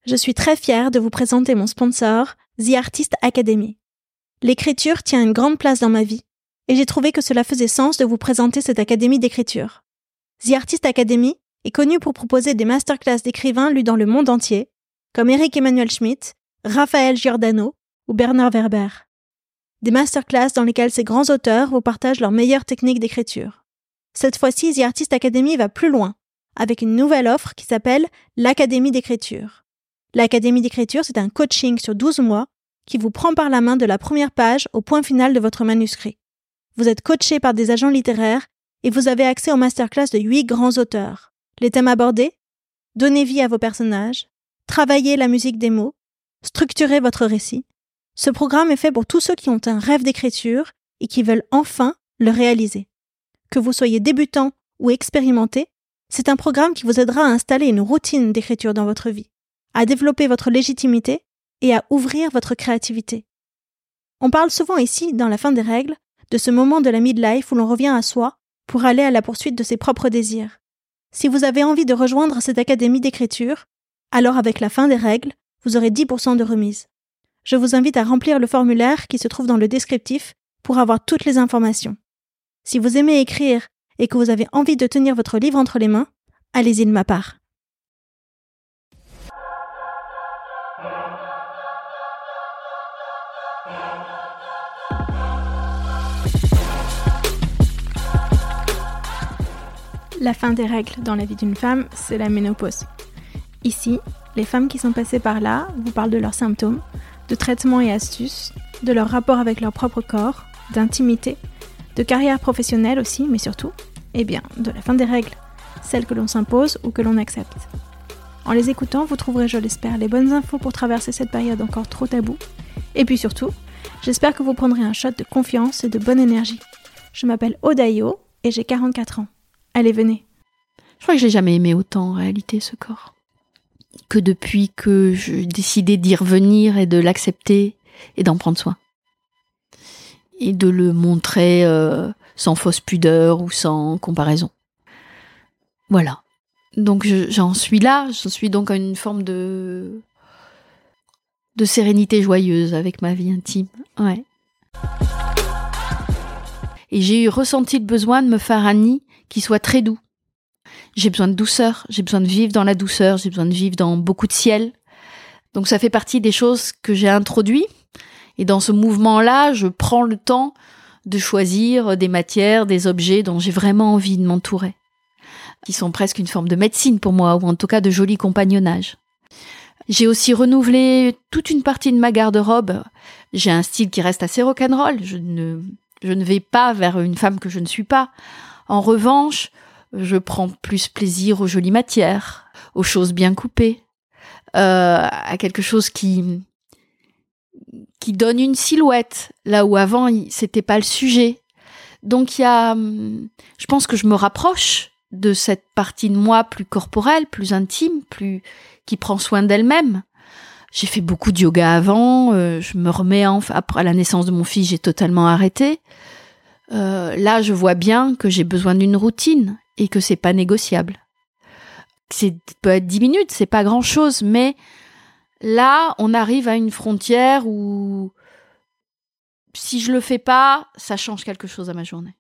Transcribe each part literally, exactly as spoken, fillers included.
Je suis très fière de vous présenter mon sponsor, The Artist Academy. L'écriture tient une grande place dans ma vie, et j'ai trouvé que cela faisait sens de vous présenter cette académie d'écriture. The Artist Academy est connue pour proposer des masterclass d'écrivains lus dans le monde entier, comme Éric Emmanuel Schmitt, Raphaël Giordano ou Bernard Werber. Des masterclass dans lesquelles ces grands auteurs vous partagent leurs meilleures techniques d'écriture. Cette fois-ci, The Artist Academy va plus loin, avec une nouvelle offre qui s'appelle l'Académie d'écriture. L'Académie d'écriture, c'est un coaching sur douze mois qui vous prend par la main de la première page au point final de votre manuscrit. Vous êtes coaché par des agents littéraires et vous avez accès aux masterclass de huit grands auteurs. Les thèmes abordés: donner vie à vos personnages, travailler la musique des mots, structurer votre récit. Ce programme est fait pour tous ceux qui ont un rêve d'écriture et qui veulent enfin le réaliser. Que vous soyez débutant ou expérimenté, c'est un programme qui vous aidera à installer une routine d'écriture dans votre vie, à développer votre légitimité et à ouvrir votre créativité. On parle souvent ici, dans La fin des règles, de ce moment de la midlife où l'on revient à soi pour aller à la poursuite de ses propres désirs. Si vous avez envie de rejoindre cette académie d'écriture, alors avec La fin des règles, vous aurez dix pour cent de remise. Je vous invite à remplir le formulaire qui se trouve dans le descriptif pour avoir toutes les informations. Si vous aimez écrire et que vous avez envie de tenir votre livre entre les mains, allez-y de ma part. La fin des règles dans la vie d'une femme, c'est la ménopause. Ici, les femmes qui sont passées par là vous parlent de leurs symptômes, de traitements et astuces, de leur rapport avec leur propre corps, d'intimité, de carrière professionnelle aussi, mais surtout, eh bien, de la fin des règles, celles que l'on s'impose ou que l'on accepte. En les écoutant, vous trouverez, je l'espère, les bonnes infos pour traverser cette période encore trop taboue. Et puis surtout, j'espère que vous prendrez un shot de confiance et de bonne énergie. Je m'appelle Odayo et j'ai quarante-quatre ans. Allez, venez. Je crois que je l'ai jamais aimé autant, en réalité, ce corps. Que depuis que j'ai décidé d'y revenir et de l'accepter et d'en prendre soin. Et de le montrer euh, sans fausse pudeur ou sans comparaison. Voilà. Donc je, j'en suis là, j'en suis donc à une forme de, de sérénité joyeuse avec ma vie intime. Ouais. Et j'ai eu ressenti le besoin de me faire un nid qui soit très doux. J'ai besoin de douceur, j'ai besoin de vivre dans la douceur, j'ai besoin de vivre dans beaucoup de ciel. Donc ça fait partie des choses que j'ai introduites. Et dans ce mouvement-là, je prends le temps de choisir des matières, des objets dont j'ai vraiment envie de m'entourer. Qui sont presque une forme de médecine pour moi, ou en tout cas de joli compagnonnage. J'ai aussi renouvelé toute une partie de ma garde-robe. J'ai un style qui reste assez rock'n'roll. Je ne, je ne vais pas vers une femme que je ne suis pas. En revanche, je prends plus plaisir aux jolies matières, aux choses bien coupées, euh, à quelque chose qui, qui donne une silhouette, là où avant, c'était pas le sujet. Donc, il y a, je pense que je me rapproche de cette partie de moi plus corporelle, plus intime, plus qui prend soin d'elle-même. J'ai fait beaucoup de yoga avant, euh, je me remets en, après la naissance de mon fils, j'ai totalement arrêté. Euh, là, je vois bien que j'ai besoin d'une routine et que c'est pas négociable. C'est peut être dix minutes, c'est pas grand-chose, mais là, on arrive à une frontière où si je le fais pas, ça change quelque chose à ma journée.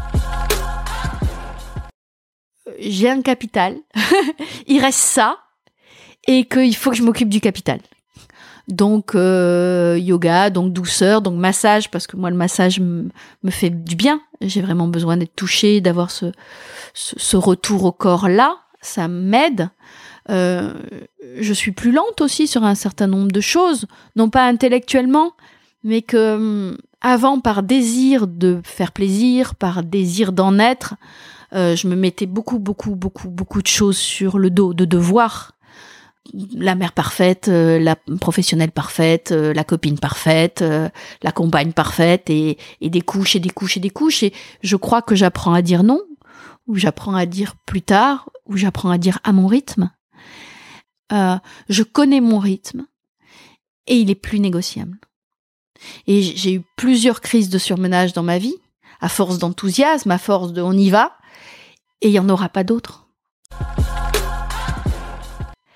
J'ai un capital, il reste ça, et qu'il faut que je m'occupe du capital. Donc euh, yoga, donc douceur, donc massage, parce que moi le massage m- me fait du bien. J'ai vraiment besoin d'être touchée, d'avoir ce, ce, ce retour au corps là, ça m'aide. Euh, je suis plus lente aussi sur un certain nombre de choses, non pas intellectuellement, mais que avant, par désir de faire plaisir, par désir d'en être, euh, je me mettais beaucoup, beaucoup, beaucoup, beaucoup de choses sur le dos, de devoirs. La mère parfaite, euh, la professionnelle parfaite, euh, la copine parfaite, euh, la compagne parfaite, et, et des couches et des couches et des couches. Et je crois que j'apprends à dire non, ou j'apprends à dire plus tard, ou j'apprends à dire à mon rythme. Euh, je connais mon rythme, et il est plus négociable. Et j'ai eu plusieurs crises de surmenage dans ma vie, à force d'enthousiasme, à force de on y va, et il n'y en aura pas d'autres.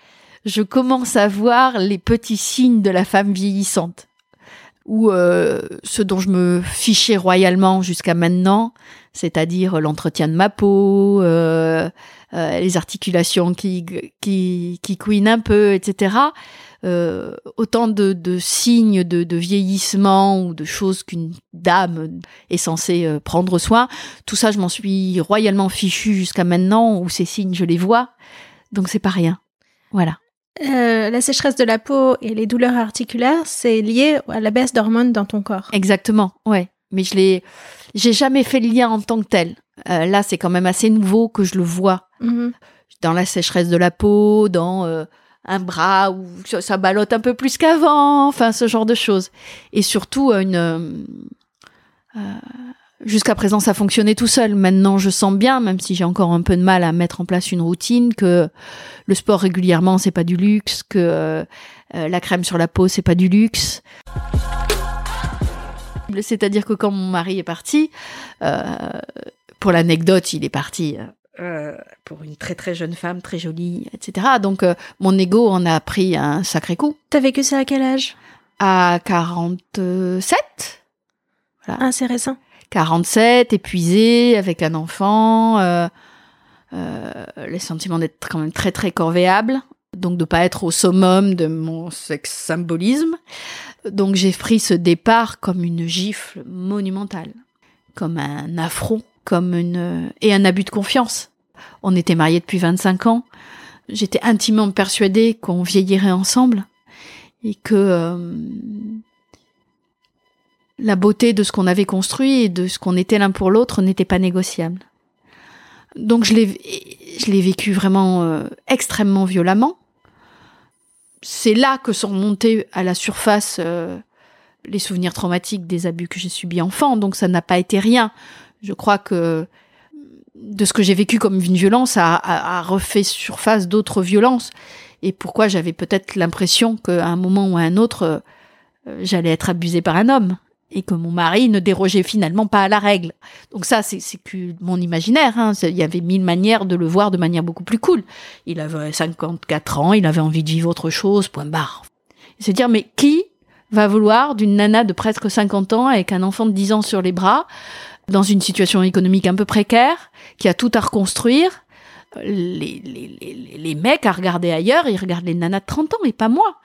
je commence à voir les petits signes de la femme vieillissante. Ou euh, ce dont je me fichais royalement jusqu'à maintenant, c'est-à-dire l'entretien de ma peau, euh, euh, les articulations qui, qui, qui couinent un peu, et cetera. Euh, autant de, de signes de, de vieillissement ou de choses qu'une dame est censée euh, prendre soin. Tout ça, je m'en suis royalement fichue jusqu'à maintenant, où ces signes, je les vois. Donc, c'est pas rien. Voilà. Euh, la sécheresse de la peau et les douleurs articulaires, c'est lié à la baisse d'hormones dans ton corps. Exactement, ouais. Mais je l'ai, j'ai jamais fait le lien en tant que tel. Euh, là, c'est quand même assez nouveau que je le vois. Mm-hmm. Dans la sécheresse de la peau, dans euh, un bras où ça, ça ballotte un peu plus qu'avant, enfin, ce genre de choses. Et surtout, une... Euh, euh, jusqu'à présent, ça fonctionnait tout seul. Maintenant, je sens bien, même si j'ai encore un peu de mal à mettre en place une routine, que le sport régulièrement, c'est pas du luxe, que euh, la crème sur la peau, c'est pas du luxe. C'est-à-dire que quand mon mari est parti, euh, pour l'anecdote, il est parti euh, pour une très très jeune femme, très jolie, et cetera. Donc, euh, mon ego en a pris un sacré coup. T'as vécu ça à quel âge ? À quarante-sept. Voilà. Ah, c'est récent. quarante-sept, épuisée, avec un enfant, euh, euh, les sentiments d'être quand même très très corvéables, donc de pas être au summum de mon sex symbolisme. Donc j'ai pris ce départ comme une gifle monumentale, comme un affront, comme une et un abus de confiance. On était mariés depuis vingt-cinq ans. J'étais intimement persuadée qu'on vieillirait ensemble et que euh, la beauté de ce qu'on avait construit et de ce qu'on était l'un pour l'autre n'était pas négociable. Donc je l'ai, je l'ai vécu vraiment euh, extrêmement violemment. C'est là que sont remontés à la surface euh, les souvenirs traumatiques des abus que j'ai subis enfant. Donc ça n'a pas été rien. Je crois que de ce que j'ai vécu comme une violence a, a, a refait surface d'autres violences. Et pourquoi j'avais peut-être l'impression qu'à un moment ou à un autre, euh, j'allais être abusée par un homme. Et que mon mari ne dérogeait finalement pas à la règle. Donc ça, c'est, c'est que mon imaginaire. Hein. Il y avait mille manières de le voir de manière beaucoup plus cool. Il avait cinquante-quatre ans, il avait envie de vivre autre chose, point barre. Et se dire, mais qui va vouloir d'une nana de presque cinquante ans avec un enfant de dix ans sur les bras, dans une situation économique un peu précaire, qui a tout à reconstruire. Les, les, les, les mecs à regarder ailleurs, ils regardent les nanas de trente ans et pas moi.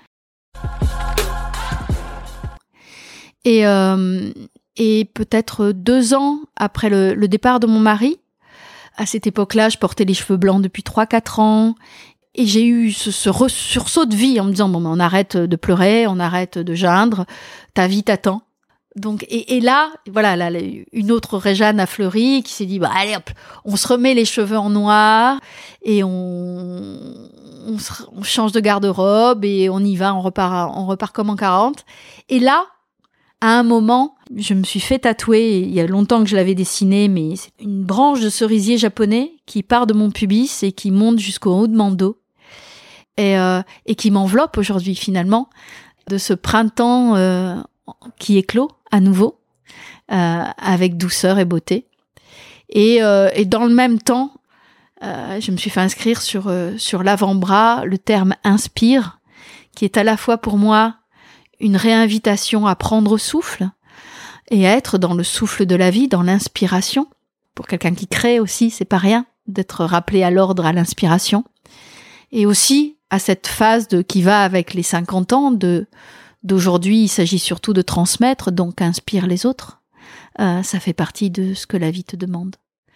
Et, euh, et peut-être deux ans après le, le départ de mon mari, à cette époque-là, je portais les cheveux blancs depuis trois quatre ans. Et j'ai eu ce, ce re- sursaut de vie en me disant, bon, ben, on arrête de pleurer, on arrête de geindre, ta vie t'attend. Donc, et, et là, voilà, là, une autre Réjeanne a fleuri qui s'est dit, bah, allez hop, on se remet les cheveux en noir et on, on, se, on change de garde-robe et on y va, on repart, on repart comme en quarante. Et là, à un moment, je me suis fait tatouer, il y a longtemps que je l'avais dessiné, mais c'est une branche de cerisier japonais qui part de mon pubis et qui monte jusqu'au haut de mon dos et, euh, et qui m'enveloppe aujourd'hui finalement de ce printemps euh, qui éclot à nouveau euh, avec douceur et beauté. Et, euh, et dans le même temps, euh, je me suis fait inscrire sur, euh, sur l'avant-bras le terme « inspire » qui est à la fois pour moi une réinvitation à prendre souffle et à être dans le souffle de la vie, dans l'inspiration. Pour quelqu'un qui crée aussi, c'est pas rien d'être rappelé à l'ordre à l'inspiration. Et aussi à cette phase de, qui va avec les cinquante ans de, d'aujourd'hui, il s'agit surtout de transmettre, donc inspire les autres. Euh, ça fait partie de ce que la vie te demande.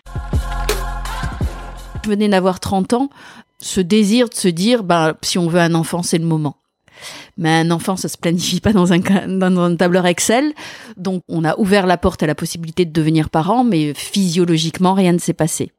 Je venais d'avoir trente ans, ce désir de se dire, ben, si on veut un enfant, c'est le moment. Mais un enfant, ça se planifie pas dans un, dans un tableur Excel. Donc, on a ouvert la porte à la possibilité de devenir parent, mais physiologiquement, rien ne s'est passé.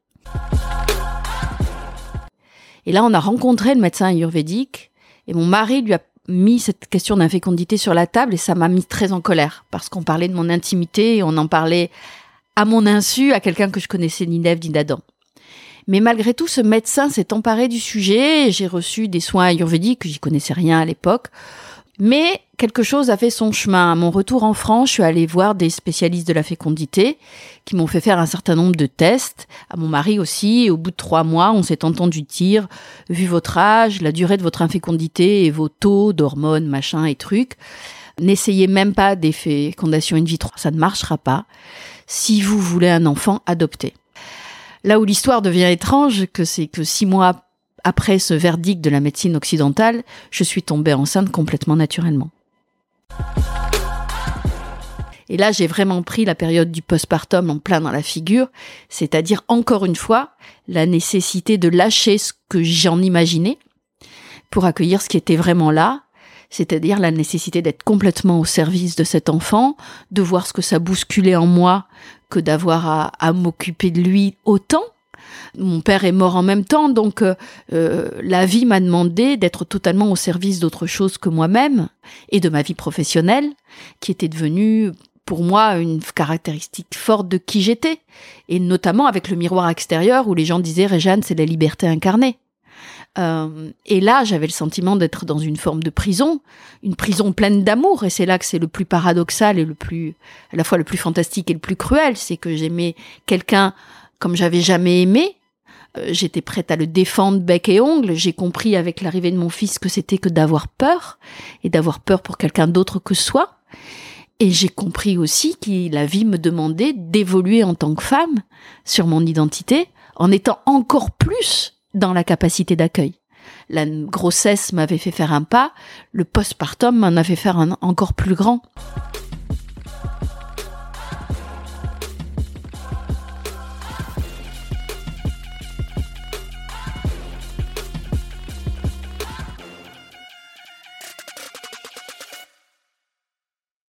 Et là, on a rencontré le médecin ayurvédique et mon mari lui a mis cette question d'infécondité sur la table et ça m'a mis très en colère parce qu'on parlait de mon intimité et on en parlait à mon insu à quelqu'un que je connaissais ni d'Ève ni d'Adam. Mais malgré tout, ce médecin s'est emparé du sujet et j'ai reçu des soins ayurvédiques, j'y connaissais rien à l'époque. Mais quelque chose a fait son chemin. À mon retour en France, je suis allée voir des spécialistes de la fécondité qui m'ont fait faire un certain nombre de tests. À mon mari aussi. Et au bout de trois mois, on s'est entendu dire, vu votre âge, la durée de votre infécondité et vos taux d'hormones, machin et trucs, n'essayez même pas des fécondations in vitro. Ça ne marchera pas. Si vous voulez un enfant, adoptez. Là où l'histoire devient étrange, que c'est que six mois après ce verdict de la médecine occidentale, je suis tombée enceinte complètement naturellement. Et là, j'ai vraiment pris la période du postpartum en plein dans la figure, c'est-à-dire, encore une fois, la nécessité de lâcher ce que j'en imaginais pour accueillir ce qui était vraiment là, c'est-à-dire la nécessité d'être complètement au service de cet enfant, de voir ce que ça bousculait en moi que d'avoir à, à m'occuper de lui autant. Mon père est mort en même temps, donc euh, euh, la vie m'a demandé d'être totalement au service d'autre chose que moi-même et de ma vie professionnelle, qui était devenue pour moi une caractéristique forte de qui j'étais, et notamment avec le miroir extérieur où les gens disaient « Réjeanne, c'est la liberté incarnée ». Euh, et là, j'avais le sentiment d'être dans une forme de prison, une prison pleine d'amour, et c'est là que c'est le plus paradoxal et le plus, à la fois le plus fantastique et le plus cruel, c'est que j'aimais quelqu'un comme j'avais jamais aimé. Euh, j'étais prête à le défendre bec et ongle. J'ai compris avec l'arrivée de mon fils que c'était que d'avoir peur, et d'avoir peur pour quelqu'un d'autre que soi. Et j'ai compris aussi que la vie me demandait d'évoluer en tant que femme sur mon identité, en étant encore plus dans la capacité d'accueil. La grossesse m'avait fait faire un pas, le postpartum m'en a fait faire un encore plus grand.